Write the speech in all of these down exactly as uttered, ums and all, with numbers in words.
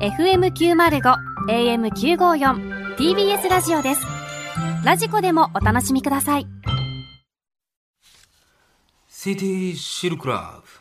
エフエムきゅうまるご エーエムきゅうごよん ティービーエス ラジオです。ラジコでもお楽しみください。 シティシルクラブ。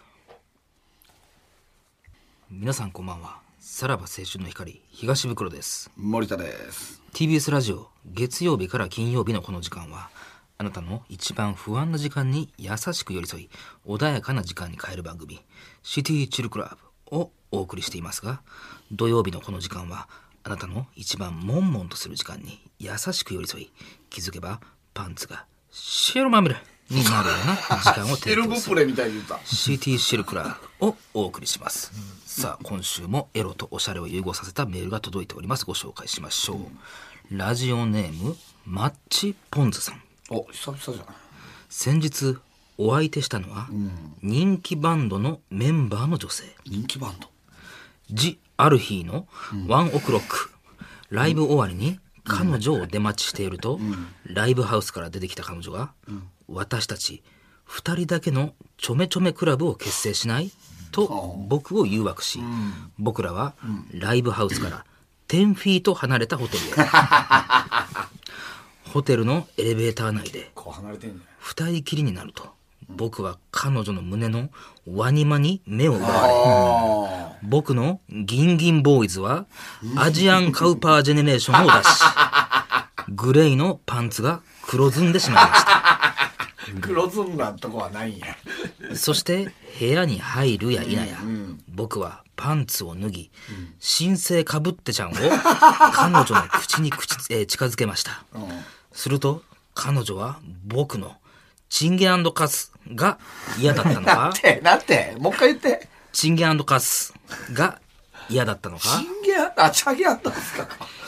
皆さんこんばんは。さらば青春の光東袋です。 森田です。 ティービーエス ラジオ月曜日から金曜日のこの時間は、あなたの一番不安な時間に優しく寄り添い、穏やかな時間に変える番組シティチルクラブをお送りしていますが、土曜日のこの時間はあなたの一番悶々とする時間に優しく寄り添い、気づけばパンツが白まみれになるような時間を提供するシティシルクラブをお送りします。さあ、今週もエロとおしゃれを融合させたメールが届いております。ご紹介しましょう。ラジオネームマッチポンズさん。 お、久々じゃない。 先日お相手したのは、うん、人気バンドのメンバーの女性。 人気バンドジ・アルヒーのワンオクロック、うん、ライブ終わりに彼女を出待ちしていると、うん、ライブハウスから出てきた彼女が、うん、私たちふたりだけのちょめちょめクラブを結成しないと僕を誘惑し、うん、僕らはライブハウスからじゅうフィート離れたホテルへホテルのエレベーター内で二人きりになると、僕は彼女の胸のワニマに目を奪われ、僕のギンギンボーイズはアジアンカウパージェネレーションを出し、グレイのパンツが黒ずんでしまいました。 黒ずんだとこはないんや。そして部屋に入るや否や、うんうん、僕はパンツを脱ぎ、うん、新生かぶってちゃんを彼女の口に口、えー、近づけました、うん、すると彼女は僕のチンゲ&カスが嫌だったのかなんてなんてもう一回言って。 チンゲ&カスが嫌だったのか。 チンゲあチャゲあったんですか、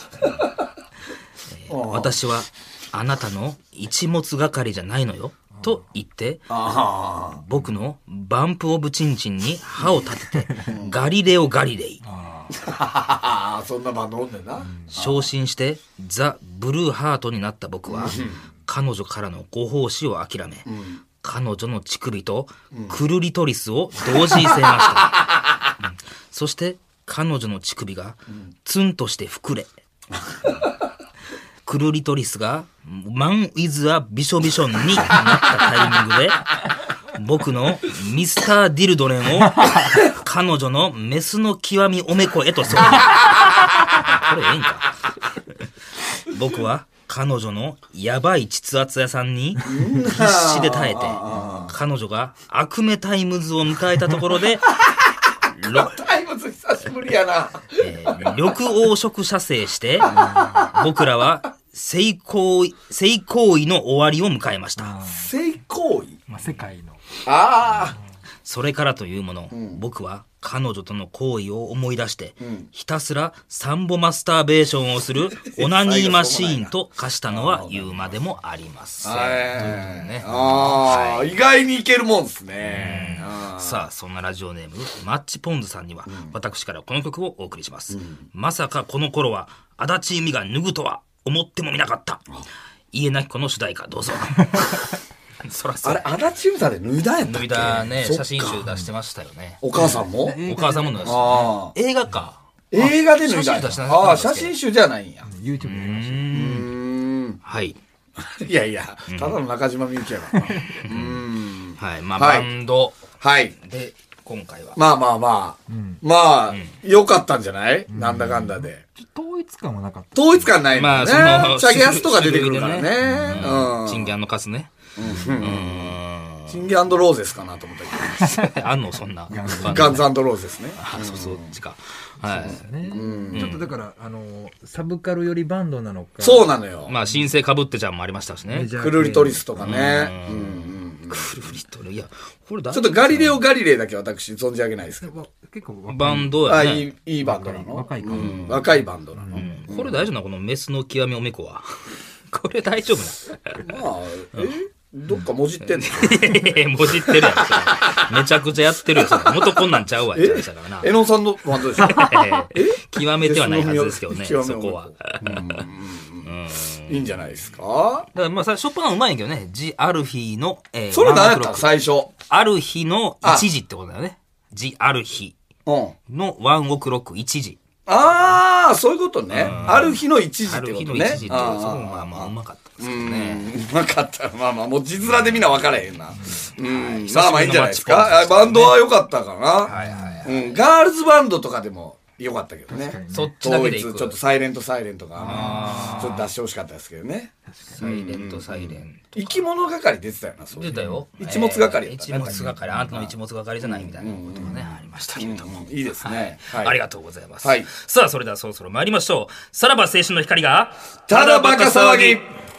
えー、私はあなたの一物係じゃないのよと言って、僕のバンプオブチンチンに歯を立ててガリレオガリレイそんなバンドおんねんな。 昇進してザ・ブルーハートになった僕は、彼女からのご奉仕を諦め、うん、彼女の乳首とクルリトリスを同時に制ました、うん、そして彼女の乳首がツンとして膨れ、クルリトリスがマン・ウィズ・ア・ビショビションになったタイミングで僕のミスター・ディルドレンを彼女のメスの極みおめこへと送る。これええんか。僕は彼女のやばい膣圧屋さんに必死で耐えて、彼女が悪夢タイムズを迎えたところでタイムズ久しぶりやな、 えー、緑黄色射精して僕らは性行為性行為の終わりを迎えました。 性行為、 まあ、世界のああそれからというもの、うん、僕は彼女との行為を思い出して、うん、ひたすらサンボマスターベーションをするオナニーマシーンと化したのは言うまでもありません。 ね、あ、はい、意外にいけるもんですね。 さあ、そんなラジオネームマッチポンズさんには、うん、私からこの曲をお送りします、うん、まさかこの頃は足立由美が脱ぐとは思ってもみなかった、家なき子の主題歌、どうぞ。そらそあれ足立由美さんで脱いだやったっけ。 脱いだね、写真集出してましたよね。 お母さんもお母さんも脱いだし、ね、映画か映画で脱いだ。 写真出してなああ、写真集じゃないんや。 YouTube で見ました。うーん、はい。 いやいや、ただの中島みゆきやからな。うーん、 はい、まあ、はい、バンドはいで今回はまあまあまあ、うん、まあ良、うん、かったんじゃない、うん、なんだかんだで統一感はなかった、 統一感ないんだよね。まあ、そのチャゲアスとか出てくるからね、 うんうん、チンギャンのカスね、うんうんうん、チンギャンローゼスかなと思ったけどあんのそんなガンズ&ローゼスね。 あ、そうそう、ちか、はい、そうですね、 うん、ちょっとだからあのサブカルよりバンドなのか。 そうなのよ。 まあ新生かぶってちゃんもありましたしね、 クルリトリスとかね、うんうんうん、 クルリトリス、いやこれちょっとガリレオガリレイだけ私存じ上げないですけど、 結構バンドやね。 あ、いい、いいバンドなの。 若いバンド、 うん、若いバンドなの、 うん、これ大丈夫な、このメスの極みおめこは。これ大丈夫な。まあ、え、どっかもじってんの。 いやもじってるやん。めちゃくちゃやってるよ。元こんなんちゃうわ。えしたからな。 えのさんのバンドでしょ。 え極めてはないはずですけどね、そこは。 いいんじゃないですか。 だからまあ最初っぱなうまいんけどね。ジ・アルフィの、えー、 それ何やった最初。 ある日の一時ってことだよね。ジ・アルフィのワンオクロック一時。 ああ、そういうことね。ある日の一時ってことね。 ある日の一時ってこと。そこもまあまあうまかったですけどね。 うまかった。まあまあ、もう字面でみんな分からへんな。うん。まあまあいいんじゃないですか。バンドは良かったかな。はいはい。うん。ガールズバンドとかでも良かったけどね。 そっちだけでいく。 ちょっとサイレントサイレントが、ちょっと出してほしかったですけどね。 サイレントサイレント。 生き物係出てたよな、そう出たよ。 一物係。 一物係。あんたの一物係じゃないみたいなことがね、ありましたけれども。 いいですね。 ありがとうございます。 はい。 さあ、それではそろそろ参りましょう。さらば青春の光が、 ただバカ騒ぎ。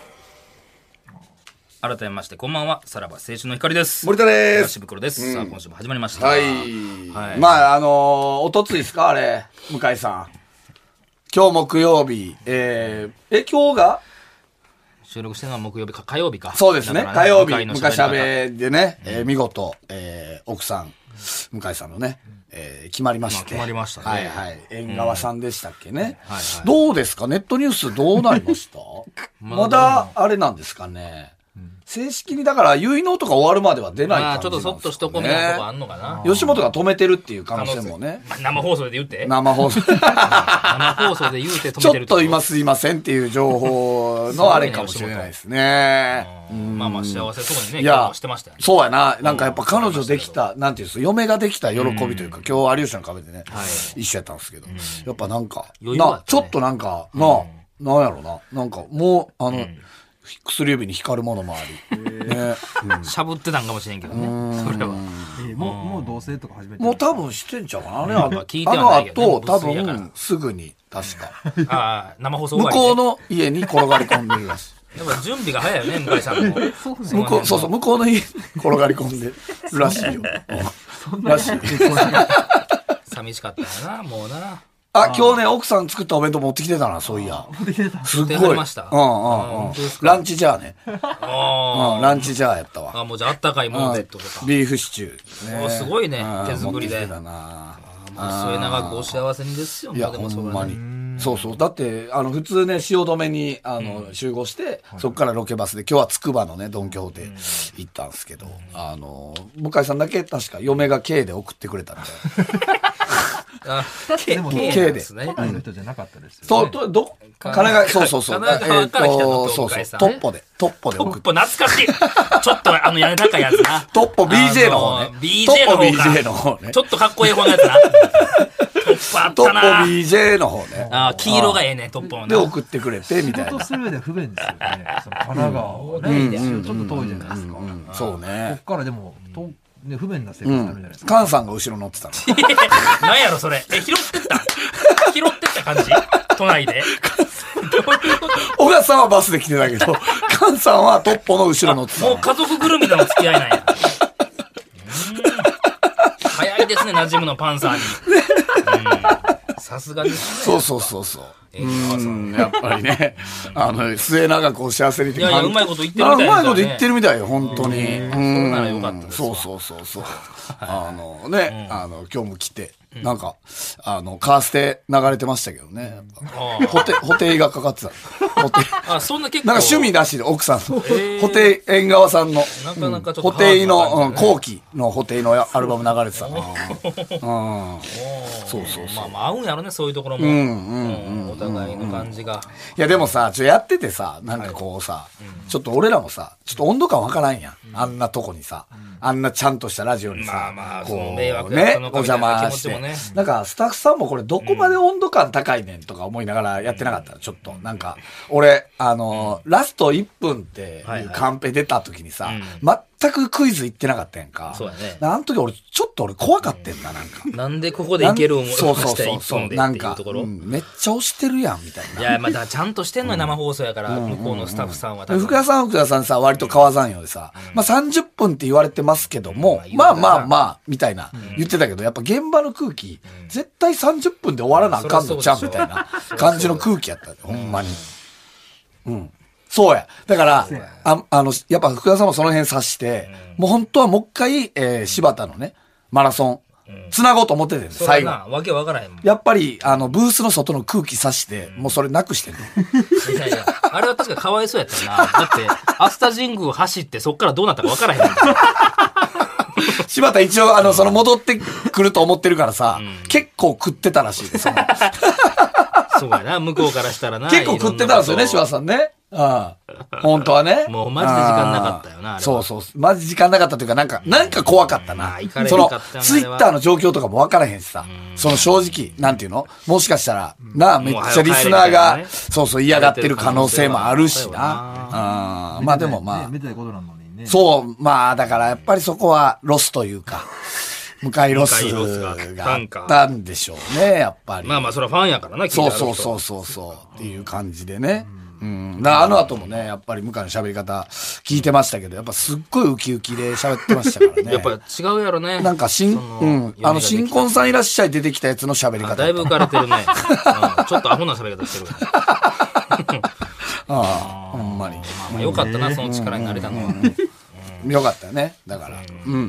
改めまして、こんばんは。さらば青春の光です。 森田です。 東袋です。さあ、今週も始まりました。 はい。まあ、あの、おとついですかあれ、向井さん。今日木曜日、えー、え、今日が収録してるのは木曜日か、火曜日か。 そうですね。火曜日、昔しゃべでね、えー、見事、えー、奥さん、向井さんのね、えー、決まりまして。 決まりましたね。 はいはい。縁側さんでしたっけね。はいはい。どうですかネットニュースどうなりましたまだ、あれなんですかね。正式にだから結納とか終わるまでは出ない感じなんですかね。 ちょっとそっとしとこみたいなとこあんのかな。 吉本が止めてるっていう可能性もね。 生放送で言って。 生放送。 生放送で言うて止めてる。 ちょっと今すいませんっていう情報のあれかもしれないですね。 まあまあ幸せそうにね、今日してましたよね。 そうやな。なんかやっぱ彼女できた、なんていうんですか、嫁ができた喜びというか、今日有吉の壁でね、一緒やったんですけど、やっぱなんか、な、ちょっとなんか、な、なんやろな。なんかもう、あの、薬指に光るものもあり。ね。 しゃぶってたんかもしれんけどね。それは。 もう、もう同棲とか始めてもう多分知ってんちゃうかな。あれは、 聞いてはないけど。 あの後、多分、すぐに、確か。 ああ、生放送向こうの家に転がり込んでるらしい。 やっぱ準備が早いよね、向井さんも。 向こう、そうそう、向こうの家に転がり込んでるらしいよ。らしい。 寂しかったよな、もうな。 あ、今日ね、奥さん作ったお弁当持ってきてたな、そういや。すっごい。うんうんうん。ランチジャーね。うん、ランチジャーやったわ。 あ、もうじゃああったかいものでってことか。 ビーフシチュー。もうすごいね、手作りで。 だな。 末永くお幸せにですよ、 いや、ほんまに。そうそう。だって、あの、普通ね、汐留に、あの、集合して、そこからロケバスで、今日は筑波のね、ドンキホーテ行ったんですけど、あの、向井さんだけ確か嫁が K で送ってくれたみたいな。 あ、 K で。 ですね。都内の人じゃなかったですそう、ど、ど、神奈川、そうそうそう。 神奈川から来たの、 そうそう。トッポで、トッポで送って。 トッポ懐かしい。ちょっとあの屋根高いやつな。 トッポ ビージェー の方ね。 ビージェー の方か。 トッポ ビージェー の方ね。 ちょっとかっこいい方のやつな。トッポあったな。 トッポ ビージェー の方ね。 あ、黄色がええね、トッポの。 で送ってくれて、みたいな。 仕事する上で不便ですよね。神奈川をね。ちょっと遠いじゃないですか。 そうね。 こっからでも、ね、不便な生活になるじゃないですか。 カンさんが後ろ乗ってたの。 何やろ、それ。え、拾ってった拾ってった感じ都内で。 小川さんはバスで来てたけど、カンさんはトッポの後ろ乗ってた。 もう家族ぐるみでの付き合いなんや。早いですね、馴染むのパンサーに。さすがですね。 そうそうそうそう。うん、やっぱりね、あの、末永くお幸せにって。 いやいや、うまいこと言ってるみたいな。 うまいこと言ってるみたいよ、本当に。 うん。そうならよかったです。 そうそうそうそう。あのね、あの、今日も来て、なんか、あの、カーステ流れてましたけどね。ホテ、ホテイがかかってた。ホテイ。 あ、そんな結構。 なんか趣味なしで、奥さんの。ホテイ縁側さんの。 なかなかちょっと。 ホテイの、後期のホテイのアルバム流れてたな。うん。そうそうそう。 まあまあ合うんやろね、そういうところも。うんうんうん。お互いの感じが。 いやでもさ、ちょやっててさ、なんかこうさ、ちょっと俺らもさ、ちょっと温度感わからんやん。あんなとこにさ、あんなちゃんとしたラジオにさ、こうね、お邪魔して。なんかスタッフさんもこれどこまで温度感高いねんとか思いながらやってなかったら、ちょっとなんか、俺、あの、ラストいっぷんっていうカンペ出た時にさ、全くクイズ言ってなかったやんか。 そうやね。 あの時俺、ちょっと俺怖かってんだ、なんか。 なんでここでいける思いそうそうそうそう。 なんか、めっちゃ押してるやん、みたいな。 いや、まあ、だちゃんとしてんのよ、生放送やから、向こうのスタッフさんは。 福田さん、福田さんさ、割と川山用でさ、まあさんじゅっぷんって言われてますけども、まあまあまあ、みたいな言ってたけど、やっぱ現場の空気、絶対さんじゅっぷんで終わらなあかんのちゃうみたいな感じの空気やった。ほんまに。うん。そうや。だから、あ、あの、やっぱ福田さんもその辺察して、もう本当はもう一回、えー、柴田のね、マラソン、つなごうと思っててんね、最後。 わけわからへんもん。 やっぱり、あの、ブースの外の空気さして、もうそれなくしてんね。 いやいや、あれは確かかわいそうやったな。だって、アスタ神宮走ってそっからどうなったかわからへん。 柴田一応、あの、その戻ってくると思ってるからさ、結構食ってたらしいです。 そうやな、向こうからしたらな。 結構食ってたんですよね、柴田さんね。うん。本当はね。 もうマジで時間なかったよな、あれは。 そうそう。マジ時間なかったというか、なんか、なんか怖かったな。その、ツイッターの状況とかも分からへんしさ。その正直、なんていうのもしかしたら、なあ、めっちゃリスナーが、そうそう嫌がってる可能性もあるしな。うん。まあでもまあ。 めでたいことなのにね。 そう、まあだからやっぱりそこはロスというか。向かいロスがあったんでしょうね、やっぱり。 まあまあ、それはファンやからな、 そうそうそうそうそうっていう感じでね。うん。だからあの後もね、やっぱり向井の喋り方聞いてましたけど、やっぱすっごいウキウキで喋ってましたからね。 やっぱ違うやろね。 なんか新、うん。あの、新婚さんいらっしゃい出てきたやつの喋り方。 だいぶ浮かれてるね。うん、ちょっとアホな喋り方してる。 ああ、ほんまに。 まあまあよかったな、その力になれたのは。 よかったね。だから。うんうんうん。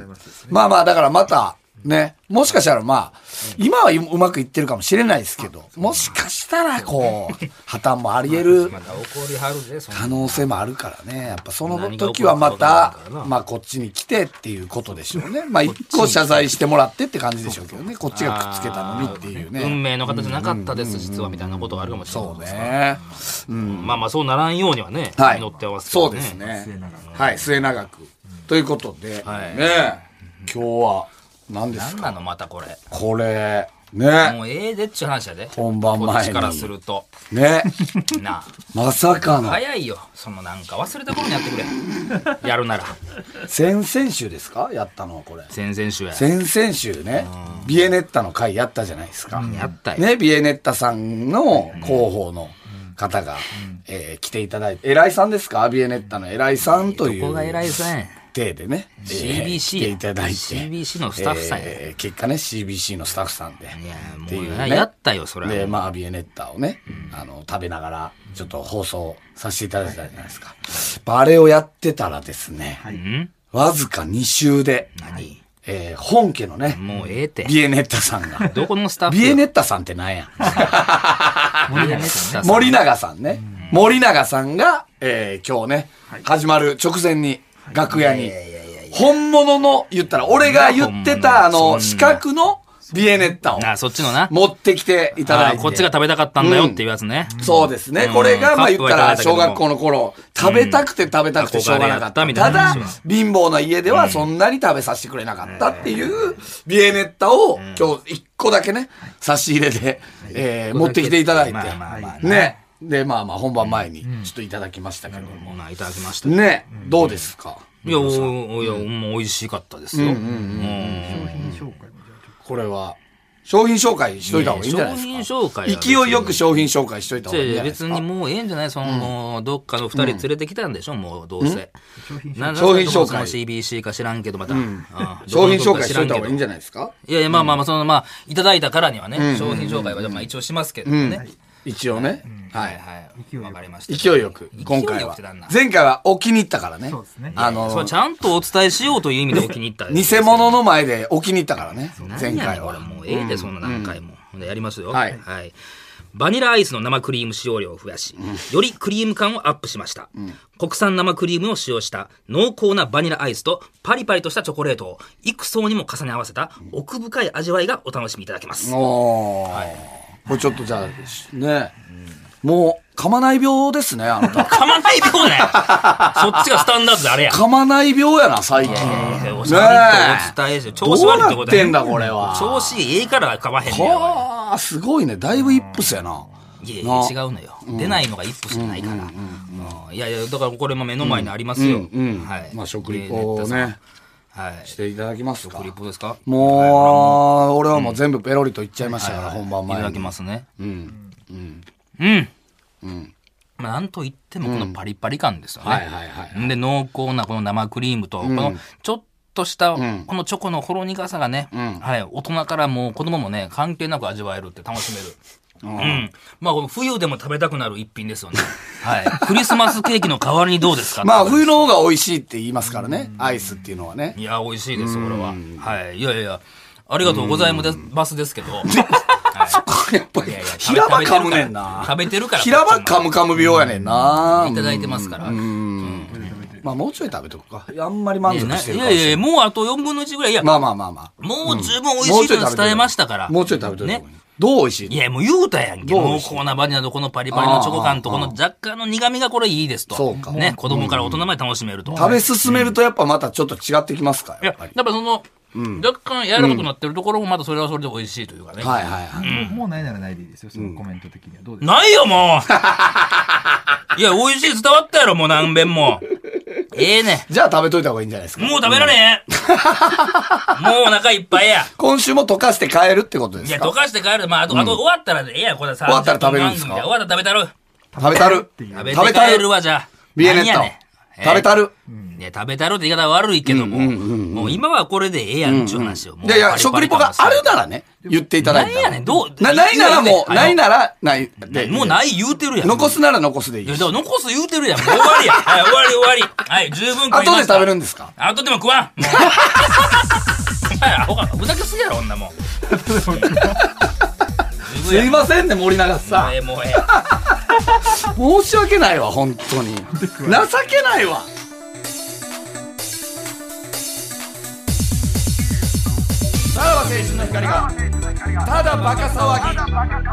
まあまあ、だからまた、ね。もしかしたらまあ、今はうまくいってるかもしれないですけど、もしかしたらこう、破綻もあり得る可能性もあるからね。やっぱその時はまた、まあこっちに来てっていうことでしょうね。まあ一個謝罪してもらってって感じでしょうけどね。こっちがくっつけたのにっていうね。 運命の形なかったです、実はみたいなことがあるかもしれない。 そうね。 まあまあそうならんようにはね、祈ってますけどね。 そうですね。はい、末永く。ということで、ね、今日は、何ですか？ 何なのまたこれ。 これ、ね。 もうええでっちゅう話やで。 本番前に。 こっちからすると。 ね。 なあ。 まさかの。 早いよ。そのなんか忘れた頃にやってくれ。やるなら。 先々週ですか？やったのはこれ。 先々週や。 先々週ね。ビエネッタの回やったじゃないですか。 やったよ。 ね、ビエネッタさんの広報の方が、えー、来ていただいて。偉いさんですか？ビエネッタの偉いさんという。 どこが偉いさんや。 でね、 シービーシー来ていただいてシービーシー のスタッフさんや、 えー、結果ね シービーシー のスタッフさんでいやもうっていうねやったよそれはでまあビエネッタをね、うん、あの食べながらちょっと放送させていただいたじゃないですか、はい、あれをやってたらですね、はい、わずかに週で何えー、本家のね、 もうええて。 ビエネッタさんが。 どこのスタッフ？ ビエネッタさんって何や森永さん。 森永さんね。森永さんが、えー、今日ね、はい、始まる直前に、楽屋に、本物の、言ったら、俺が言ってた、あの、四角のビエネッタを、 あ、そっちのな。 持ってきていただいて。 こっちが食べたかったんだよっていうやつね。 うん、そうですね。これが、まあ言ったら、小学校の頃、食べたくて食べたくてしょうがなかった。ただ、貧乏な家ではそんなに食べさせてくれなかったっていう、ビエネッタを、今日一個だけね、差し入れで、えー、持ってきていただいて。ね。で、まあまあ本番前にちょっといただきましたけども。 まあいただきましたね。どうですか？ いや、おいや、もう美味しかったですよ。商品紹介これは、商品紹介しといた方がいいんじゃないですか？商品紹介勢いよく商品紹介しといた方がいいんじゃないですか？ 別にもうええんじゃないその、どっかの二人連れてきたんでしょもうどうせ。 商品紹介。 シービーシー か知らんけどまた。 商品紹介しといた方がいいんじゃないですか？ いやいや、まあまあまあ、そのまあ、いただいたからにはね、商品紹介はまあ一応しますけどね。 一応ね。 はいはい。わかりました。 勢いよく、今回は。前回は置きに行ったからね。 そうですね。 あの、そうちゃんとお伝えしようという意味で置きに行った。 偽物の前で置きに行ったからね。前回は。 もうええで、そんな何回も。やりますよ。はい。はい。バニラアイスの生クリーム使用量を増やし、よりクリーム感をアップしました。国産生クリームを使用した濃厚なバニラアイスとパリパリとしたチョコレートを幾層にも重ね合わせた奥深い味わいがお楽しみいただけます。 おー。はい。これちょっとじゃあ、ね、もう、噛まない病ですね、あなた。 噛まない病ね。そっちがスタンダードであれや。 噛まない病やな、最近。ねえ。お伝えして、調子悪いってことや。どうなってんだ、これは。 調子いいから噛まへんねや。 はあ、すごいね。だいぶイップスやな。 いやいや、違うのよ。出ないのがイップスじゃないから。いやいや、だからこれも目の前にありますよ。 はい。まあ、食リポをね。はい。していただきますか。 食リポですか？ もう、俺はもう全部ペロリといっちゃいましたから、本番前に。 いただきますね。 うん。うん。 うん。うん。まあ、なんといってもこのパリパリ感ですよね。 はいはいはい。 で、濃厚なこの生クリームと、このちょっとしたこのチョコのほろ苦さがね、はい、大人からもう子供もね、関係なく味わえるって楽しめる。うん。まあ、冬でも食べたくなる一品ですよね。はい。クリスマスケーキの代わりにどうですか？ まあ、冬の方が美味しいって言いますからね。アイスっていうのはね。 いや、美味しいです、これは。はい。いやいやいや、ありがとうございますですけど。はい、 やっぱり、平場噛むねんな。 食べてるから。 平場噛む噛む病やねんな。 いただいてますから。うん。 まあもうちょい食べとくか。あんまり満足してるいやいやいや、もうあとよんぶんのいちぐらい。いや、 まあまあまあまあ。 もう十分美味しいの伝えましたから。 もうちょい食べといた方がいい。どう美味しい？ いや、もう言うたやんけ。濃厚なバニラとこのパリパリのチョコ感とこの若干の苦味がこれいいですと。 そうか。 ね、子供から大人まで楽しめると。 食べ進めるとやっぱまたちょっと違ってきますか？ いや、やっぱその、若干柔らかくなってるところもまたそれはそれで美味しいというかね。 はいはいはい。 もうないならないでいいですよ、そのコメント的には。どうですか？ないよ、もういや、美味しい伝わったやろ、もう何遍も。ええね。 じゃあ食べといた方がいいんじゃないですか。 もう食べられへん。もうお腹いっぱいや。 今週も溶かして帰るってことですか？ いや、溶かして帰る。まあ、あと、あと終わったらええや、これさ。 終わったら食べるんですか？ 終わったら食べたる。 食べたる。 食べて帰るわ、じゃあ。 ビエネッタ。食べたる。 いや、食べたるって言い方は悪いけども、もう今はこれでええやんちゅう話を。 いやいや、食リポがあるならね、言っていただいて。 ないやねん、どうな、ないならもう、ないなら、ないで。 もうない言うてるやん。 残すなら残すでいい。 いや、だから残す言うてるやん。もう終わりや。はい、終わり終わり。はい、十分食いました。 後で食べるんですか？ 後でも食わん。もう。お前、アホか、ふざけすぎやろ、女もん。 すいませんね、森永さん。 もうええ、もうええ。 申し訳ないわ、本当に。情けないわ。さらば青春の光がただバカ騒ぎ。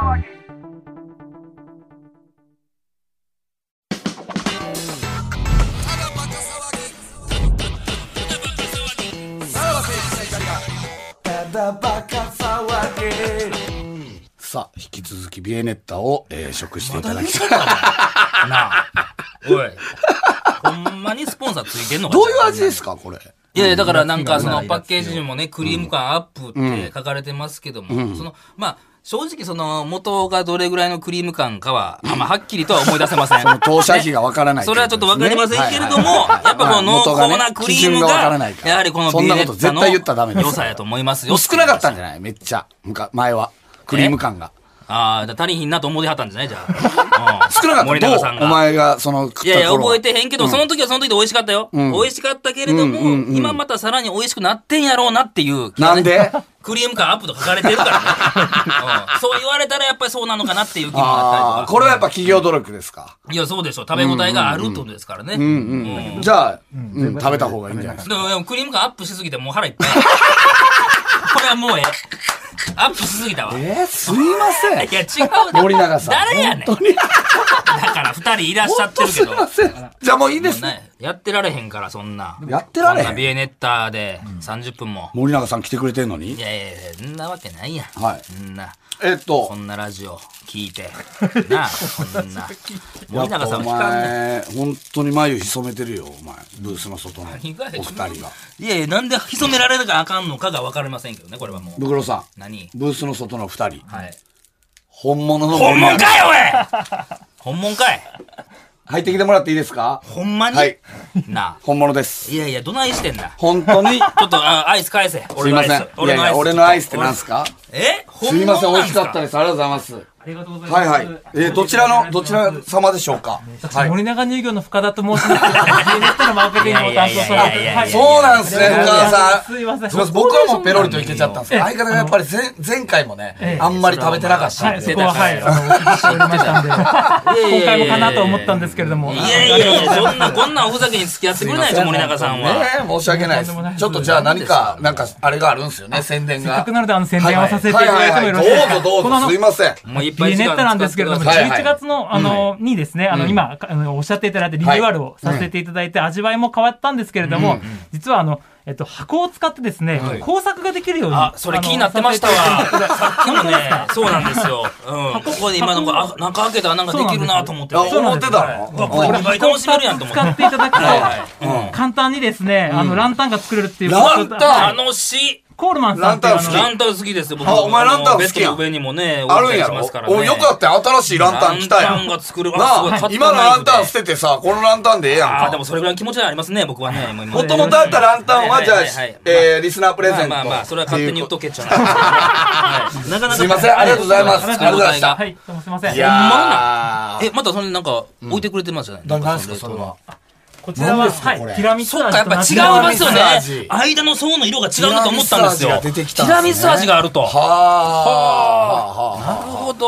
さあ引き続きビエネッタを、えー、食していただきたい。 なあ、おい、ほんまにスポンサーついてんのか？ どういう味ですかこれ？ いやいや、だからなんかそのパッケージにもね、クリーム感アップって書かれてますけども、うん、その、まあ、正直その元がどれぐらいのクリーム感かは、あんまはっきりとは思い出せません。 その投射費がわからない、ね。 それはちょっとわかりませんけれども、やっぱこの濃厚なクリームが、やはりこのビエネッタの良さやと思いますよ。 少なかったんじゃない？めっちゃ。前は。クリーム感が。 ああ、足りひんなと思ってはったんじゃないじゃあ。 少なかった。森永さんが。お前がその食った頃。 いやいや、覚えてへんけど、その時はその時で美味しかったよ。美味しかったけれども、今またさらに美味しくなってんやろうなっていう気がね。 なんでクリーム感アップと書かれてるからね。そう言われたらやっぱりそうなのかなっていう気もあったりとか。 これはやっぱ企業努力ですか？ いや、そうでしょ。食べ応えがあるってことですからね。 じゃあ、食べた方がいいんじゃないですか。 でもクリーム感アップしすぎてもう腹いっぱい。これはもうええ。アップしすぎたわ。 えー、すいません。 いや、違う。 森永さん。 誰やねん。だから二人いらっしゃってるけど。 すいません。じゃあもういいですね。 やってられへんから、そんな。 やってられへん。 そんなビエネッタでさんじゅっぷんも。 森永さん来てくれてんのに？ いやいやいや、そんなわけないやん。 はい。 そんな。 えっと。 そんなラジオ聞いて。なあ、そんな。森永さんお前、本当に眉潜めてるよ、お前。ブースの外のお二人が。 いやいや、なんで潜められるかあかんのかがわかりませんけどね、これはもう。 ブクロさん。 何？ ブースの外の二人。 はい。 本物の本物かい、おい！本物かい！ 入ってきてもらっていいですか？ ほんまに？ はい。 なあ。 本物です。 いやいや、どないしてんだ。 本当に。ちょっと、あ、アイス返せ。 すいません。いやいや、俺のアイスって何すか？ え？ すいません、美味しかったです。ありがとうございます。 ありがとうございます。 はいはい。えー、どちらの、どちら様でしょうか？ はい。森永乳業の深田と申します。ビエネッタのマーケティングを担当されてる。 そうなんですね、深田さん。 すいません。 僕はもうペロリといけちゃったんですけど、相方がやっぱり前、前回もね、あんまり食べてなかったんで。 はい、そこは、はい、お聞きしておりましたんで、今回もかなと思ったんですけれども。 いやいやいや、そんな、こんなおふざけに付き合ってくれないでしょ、森永さんは。 ね申し訳ないです。ちょっとじゃあ何か、なんか、あれがあるんですよね、宣伝が。 せっかくなので、あの、宣伝をさせていただいてもよろしいですか？ どうぞどうぞ、すいません。 もういっぱいビエネッタなんですけれども、じゅういちがつの、あの、にですね、あの、今、おっしゃっていただいてリニューアルをさせていただいて、味わいも変わったんですけれども、実はあの、えっと、箱を使ってですね、工作ができるように。 あ、それ気になってましたわ。さっきもね、そうなんですよ。うん。ここで今なんか、なんか開けたらなんかできるなと思って。 思ってたの？ これにばい楽しめるやんと思って。 使っていただくと、簡単にですね、あの、ランタンが作れるっていう。 ランタン楽しい。 コールマンさん。 ランタン好き。 ランタン好きですよ。僕あ、お前ランタン好きやん。 ベッドの上にもね、 あるんやろ？お、よかったよ。新しいランタン来たやん。 ランタンが作る。 なあ、今のランタン捨ててさ、このランタンでええやんか。 あ、でもそれぐらいの気持ちがありますね、僕はね。 もともとあったランタンは、じゃあ、えー、リスナープレゼント。 まあまあ、それは勝手に言っとけちゃう。なかなか。 すいません、ありがとうございます。ありがとうございました。 はい、どうもすいません。 いやー。え、またそれなんか、置いてくれてますじゃない何ですか、それは。 こちらは、はい、ティラミス味。 そっか、やっぱ違いますよね。間の層の色が違うなと思ったんですよ。ティラミス味があると。 はあ。 なるほど。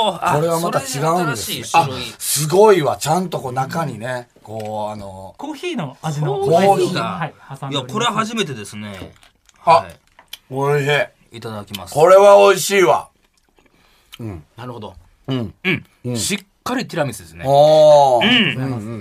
ど。 これはまた違うんですね。あ、すごいわ。ちゃんとこう中にね、こう、あの、 コーヒーの味のコーヒーが。 はい、挟んでおります。 いや、これは初めてですね。 あ、 はい、 おいしい。 いただきます。 これは美味しいわ。 うん。なるほど。 うん。 うん。しっかりティラミスですね。 おー。うん。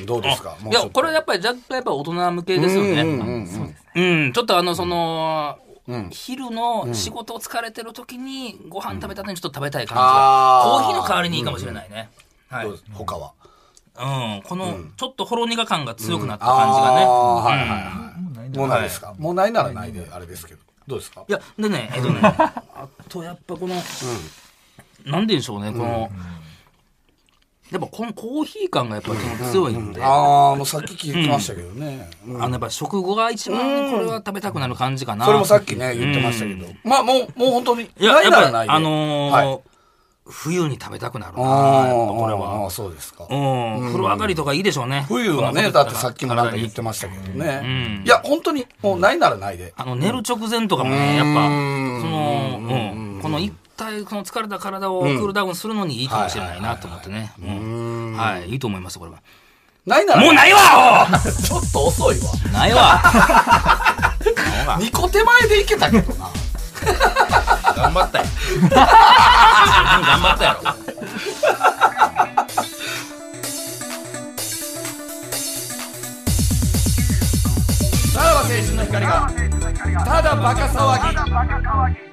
どうですか？ いや、これやっぱり若干やっぱ大人向けですよね。うん。そうですね。うん。ちょっとあの、その、昼の仕事を疲れてる時にご飯食べた後にちょっと食べたい感じが。コーヒーの代わりにいいかもしれないね。はい。 他は？ うん。この、ちょっとほろ苦感が強くなった感じがね。 はいはいはい。もうないですか？もうないならないで、あれですけど。どうですか？ いや、でね、えっとね、あとやっぱこの、なんででしょうね、この、やっぱこのコーヒー感がやっぱ強いんで。 ああ、もうさっき聞きましたけどね。 あの、やっぱ食後が一番これは食べたくなる感じかな。 それもさっきね、言ってましたけど。まあもう、もう本当に、ないならないで。 あの、冬に食べたくなるな、やっぱこれは。 ああ、そうですか。 うん。風呂上がりとかいいでしょうね。 冬はね、だってさっきもなんか言ってましたけどね。いや、本当に、もうないならないで。 あの、寝る直前とかもね、やっぱ、その、うん。この一体、この疲れた体をクールダウンするのにいいかもしれないなと思ってね。はい、いいと思います、これは。 ないならもうないわちょっと遅いわ。 ないわにこ手前でいけたけどな。 頑張ったよ。頑張ったやろ。 さらば青春の光がただバカ騒ぎ。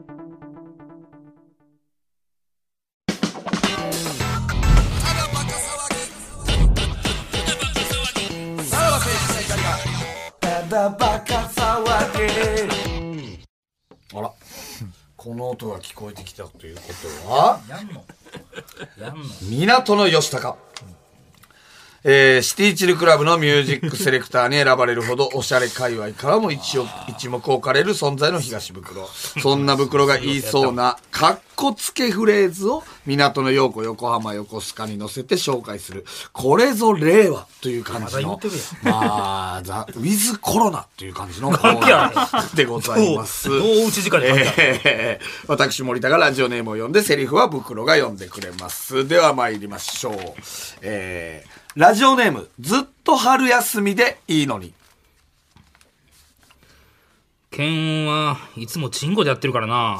バカ騒ぎ。あら、この音が聞こえてきたということは、 やんのやんの港の吉高、えー、シティチルクラブのミュージックセレクターに選ばれるほどおしゃれ界隈からも一目一目置かれる存在の東袋。そんな袋が言いそうなカッコつけフレーズを港の陽子横浜横須賀に乗せて紹介する、これぞ令和という感じの、まあザ・ウィズ・コロナという感じのコーナーでございます。 どう打ち時間に書いてある、 えー、私森田がラジオネームを読んで、セリフは袋が読んでくれます。では参りましょう。えーラジオネーム、ずっと春休みでいいのに。 検温はいつもチンコでやってるからな。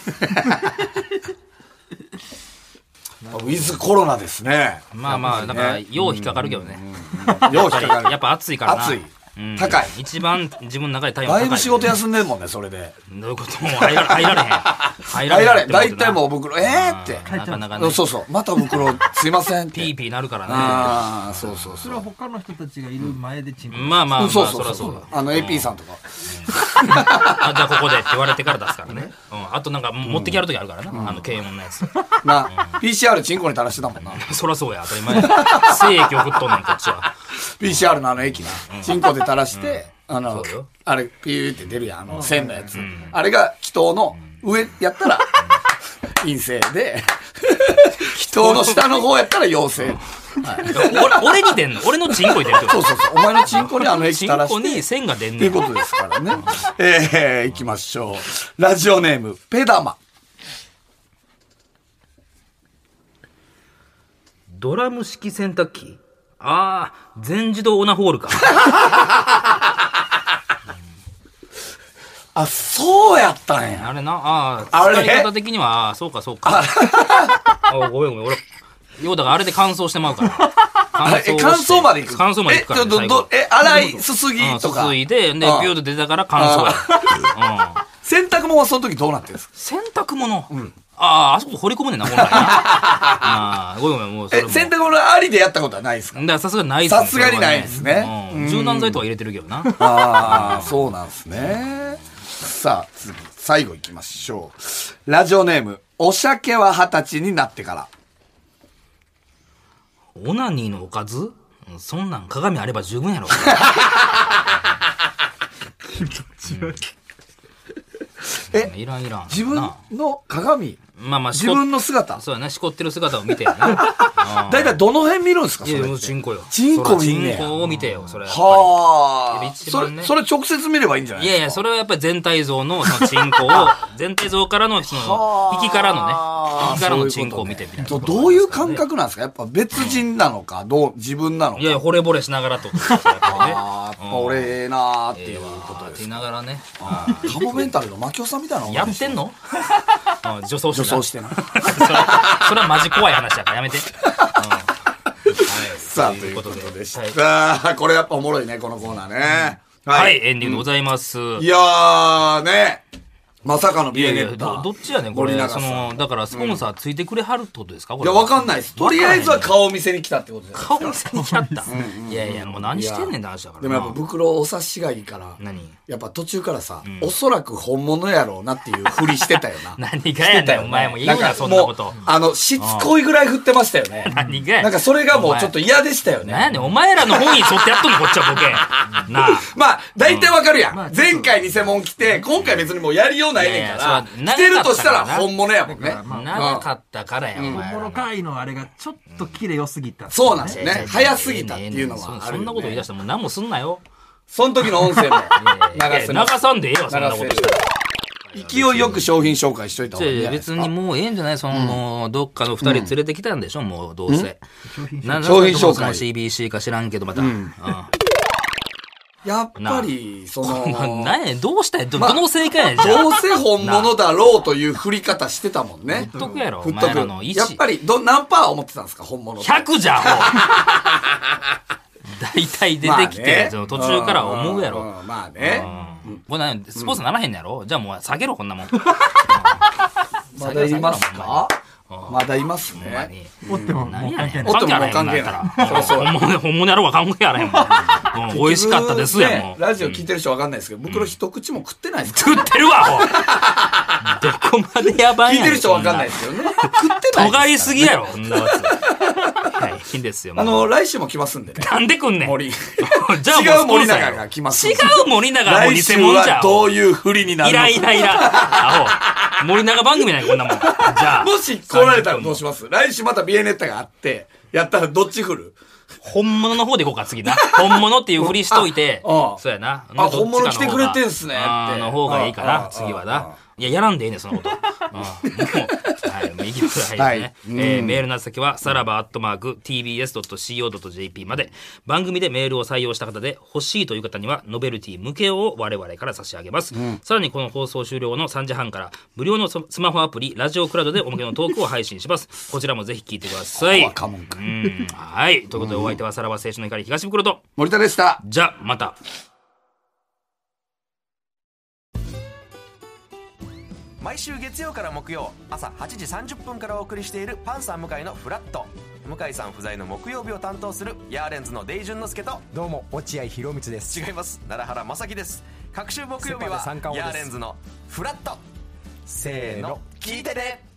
ウィズコロナですね。 まあまあ、だからよう引っかかるけどね。 よう引っかかる。 やっぱ暑いからな。 暑い。高い。 一番自分の中で体温高い。 だいぶ仕事休んでんもんね、それで。 どういうこともう入ら入られへん。 入られへん。だいたいもう袋、えーって。 なかなかね。 そうそう。また袋、すいませんって。 ピーピーなるからね。 ああ、そうそうそう。 それは他の人たちがいる前でチンコ。 まあまあまあ、 そうそうそう。 あの エーピー さんとか。 あ、じゃあここでって言われてから出すからね。うん。あとなんか持ってきやるときあるからな。あの検温のやつ。 な、ピーシーアール チンコに垂らしてたもんな。 そらそうや、当たり前。精液送っとんねん、こっちは。 ピーシーアール のあの液な。チンコで垂らして、あの、あれ、ピューって出るやん、あの、線のやつ。あれが、気筒の上やったら、陰性で、気筒の下の方やったら陽性。 俺に出んの俺のチンコに出るってことそうそうそう。お前のチンコにあの液垂らして。 チンコに線が出んねん。 っていうことですからね。えー、行きましょう。ラジオネーム、ペダマ。 ドラム式洗濯機？ああ、全自動オナホールか。 あ、そうやったんや。 あれな、ああ、使い方的には、ああ、そうかそうか。あ、ごめんごめん、俺、ようだからあれで乾燥してまうから。 乾燥え、乾燥までいく乾燥までいくから、ね。 え、ど、ど、え、洗い、すすぎとか。 すすいで、で、ビューッと出たから乾燥や。 洗濯物はその時どうなってるんですか？ 洗濯物うん。ああ、あそこ掘り込むねんな、本来な。ああ、ごめんごめん、もうそれも。 え、洗濯物ありでやったことはないですか？ だからさすがにないですね。 さすがにないですね。 柔軟剤とか入れてるけどな。 ああ、そうなんですね。さあ、次、最後行きましょう。ラジオネーム、お鮭は二十歳になってから。 オナニーのおかず？そんなん鏡あれば十分やろ。 え、 いらんいらん。 自分の鏡まあまあ、 自分の姿。 そうやな、しこってる姿を見てやな。 だいたいどの辺見るんですか、それ。 いや、もうチンコよ。 チンコ見んねや。 チンコを見てよ、それ。 はあ。 一番ねそれ、それ直接見ればいいんじゃないですか。 いやいや、それはやっぱり全体像の、そのチンコを、全体像からの、その、引きからのね、引きからのチンコを見てみたいな。 どういう感覚なんですか？やっぱ別人なのか、どう、自分なのか。 いやいや、惚れ惚れしながらとか。 ああ、やっぱ俺ええなーっていうことです。 言いながらね。 カモメンタルのマキオさんみたいなのやってんの女装して女装してな。 それはマジ怖い話だからやめて。 さあ、ということでした。これやっぱおもろいね、このコーナーね。 はい、エンディングでございます。 いやーね。まさかのビエネッタ。 どっちやねん、これ。その、だからスポンサーついてくれはるってことですか？ いや、わかんないです。とりあえずは顔見せに来たってことです。 顔見せに来たった。いやいや、もう何してんねんって話だから。 でもやっぱ袋お察しがいいから、 何やっぱ途中からさ、おそらく本物やろうなっていうふりしてたよな。 何がやねん、お前も言うな、そんなこと。 あの、しつこいぐらい振ってましたよね。 何がやなんかそれがもうちょっと嫌でしたよね。 何やねん、お前らの本に沿ってやっとんの、こっちはボケ。なあ。 まあ、大体わかるやん。前回偽物来て、今回別にもうやりようないねんから。来てるとしたら本物やもんね。 長かったからや、お前。 本物回のあれがちょっと綺麗良すぎた。 そうなんですよね。早すぎたっていうのはある。 そんなこと言い出したらもう何もすんなよ。 その時の音声も流せ流さんでええよ、そんなことしたら。 勢いよく商品紹介しといた方がいいんじゃないですか。 別にもうええんじゃないその、もう、どっかの二人連れてきたんでしょもう、どうせ。 商品紹介。 シービーシー か知らんけど、また。 やっぱり、その、 何やどうしたんどの正解やじゃどうせ本物だろうという振り方してたもんね。 振っとくやろ、 振っとく。やっぱり、ど、何パー思ってたんですか、本物。 ひゃくじゃん、もう。大体出てきて、その途中から思うやろ。 まあね。 これ何、スポーツならへんのやろじゃあもう下げろ、こんなもん。 まだいますかまだいますね。 おっても関係ない。 おっても関係ない。 本物、本物やろうが関係あらへんもん。美味しかったですやもう。 ラジオ聞いてる人わかんないですけど、袋一口も食ってないですか食ってるわどこまでやばい聞いてる人わかんないですけどね。食ってない。 尖りすぎやろ、そんなやつ。はい、いいんですよ。 あの、来週も来ますんでね。 なんで来んねん。 森。 じゃあ違う森永が来ます。 違う森永はもう偽物じゃん。 どういう振りになるのか。 いらいらいら。アホ。森永番組なんや、こんなもん。じゃあ。 もし来られたらどうします来週またビエネッタがあって、やったらどっち振る本物の方でいこうか、次な。本物っていうふりしといて。そうやな。 あ、本物来てくれてんすね。 あの方がいいかな、次はな。いや、やらんでええねん、そのこと。もう、はい、もういきなりはいね。えメールの先は、さらばアットマーク、ティービーエスドットシーオードットジェーピー まで、番組でメールを採用した方で欲しいという方には、ノベルティ向けを我々から差し上げます。さらにこの放送終了後のさんじはんから、無料のスマホアプリ、ラジオクラウドでおまけのトークを配信します。こちらもぜひ聞いてください。 カモンか。 はい。ということで、お相手はさらば青春の光東袋と、 森田でした。 じゃあ、また。 毎週月曜から木曜朝はちじさんじゅっぷんからお送りしているパンサー向井のフラット。向井さん不在の木曜日を担当するヤーレンズのデイジュンの之介と、 どうも落合博満です。 違います、奈良原正樹です。各週木曜日はヤーレンズのフラット。せーの聞いてね。